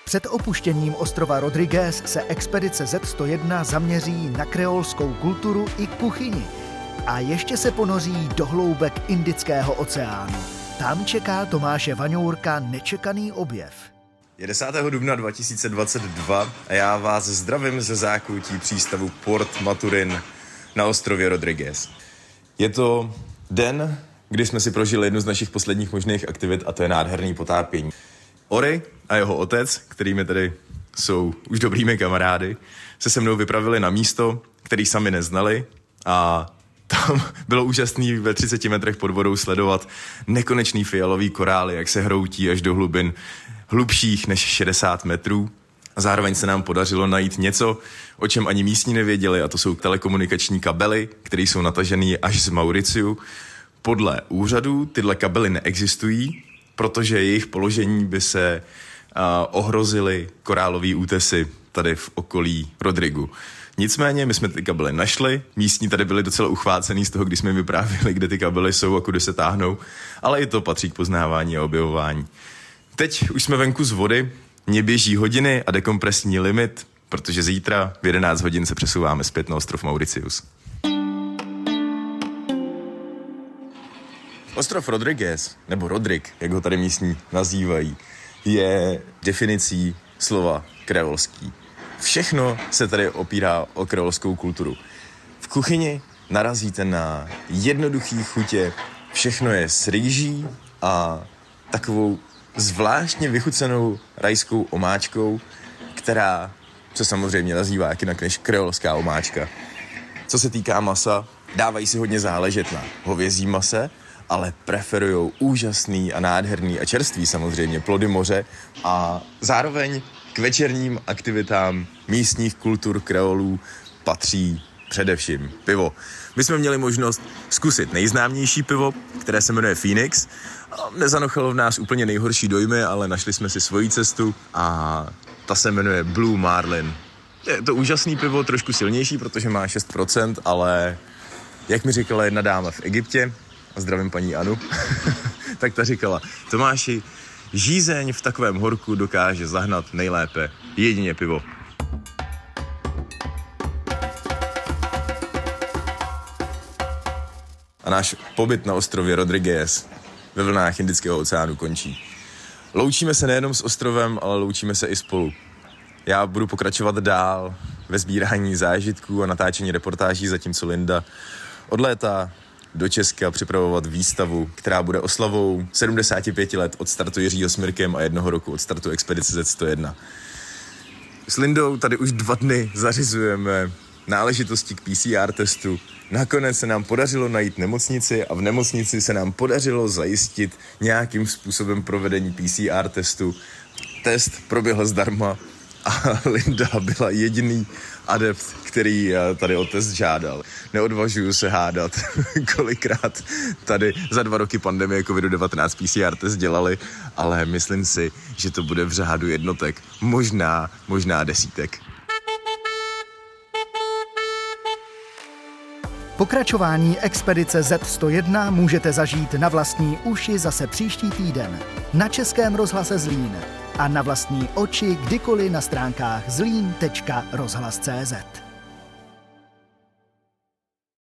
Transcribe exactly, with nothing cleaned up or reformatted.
Před opuštěním ostrova Rodriguez se expedice zet sto jedna zaměří na kreolskou kulturu i kuchyni. A ještě se ponoří do hloubek Indického oceánu. Tam čeká Tomáše Vaňourka nečekaný objev. Je desátého dubna dva tisíce dvacet dva a já vás zdravím ze zákoutí přístavu Port Maturin na ostrově Rodriguez. Je to den, kdy jsme si prožili jednu z našich posledních možných aktivit, a to je nádherný potápění. Ory a jeho otec, kterými tedy jsou už dobrými kamarády, se se mnou vypravili na místo, který sami neznali, a tam bylo úžasný ve třiceti metrech pod vodou sledovat nekonečný fialový korály, jak se hroutí až do hlubin hlubších než šedesát metrů. A zároveň se nám podařilo najít něco, o čem ani místní nevěděli, a to jsou telekomunikační kabely, které jsou natažené až z Mauriciu. Podle úřadů tyhle kabely neexistují, protože jejich položení by se uh, ohrozily korálové útesy tady v okolí Rodrigu. Nicméně my jsme ty kabely našli, místní tady byli docela uchvácený z toho, když jsme jim vyprávěli, kde ty kabely jsou a kudy se táhnou, ale i to patří k poznávání a objevování. Teď už jsme venku z vody, mě běží hodiny a dekompresní limit, protože zítra v jedenáct hodin se přesouváme zpět na ostrov Mauricius. Ostrov Rodriguez, nebo Rodrik, jak ho tady místní nazývají, je definicí slova kreolský. Všechno se tady opírá o kreolskou kulturu. V kuchyni narazíte na jednoduchý chutě, všechno je s rýží a takovou zvláštně vychucenou rajskou omáčkou, která se samozřejmě nazývá jak jinak než kreolská omáčka. Co se týká masa, dávají si hodně záležet na hovězí mase, ale preferujou úžasný a nádherný a čerstvý samozřejmě plody moře, a zároveň k večerním aktivitám místních kultur kreolů patří především pivo. My jsme měli možnost zkusit nejznámější pivo, které se jmenuje Phoenix. Nezanochalo v nás úplně nejhorší dojmy, ale našli jsme si svoji cestu a ta se jmenuje Blue Marlin. Je to úžasný pivo, trošku silnější, protože má šest procent, ale jak mi říkala jedna dáma v Egyptě, a zdravím paní Anu, tak ta říkala: Tomáši, žízeň v takovém horku dokáže zahnat nejlépe jedině pivo. A náš pobyt na ostrově Rodriguez ve vlnách Indického oceánu končí. Loučíme se nejenom s ostrovem, ale loučíme se i spolu. Já budu pokračovat dál ve sbírání zážitků a natáčení reportáží, zatímco Linda odlétá do Česka připravovat výstavu, která bude oslavou sedmdesáti pěti let od startu Jiřího Smyrkem a jednoho roku od startu expedice zet sto jedna. S Lindou tady už dva dny zařizujeme náležitosti k P C R testu. Nakonec se nám podařilo najít nemocnici a v nemocnici se nám podařilo zajistit nějakým způsobem provedení P C R testu. Test proběhl zdarma a Linda byla jediný adept, který tady o test žádal. Neodvažuju se hádat, kolikrát tady za dva roky pandemie kovidu devatenáct P C R test dělali, ale myslím si, že to bude v řádu jednotek, možná, možná desítek. Pokračování expedice zet sto jedna můžete zažít na vlastní uši zase příští týden na Českém rozhlase Zlín a na vlastní oči kdykoliv na stránkách zlín tečka rozhlas tečka cé zet.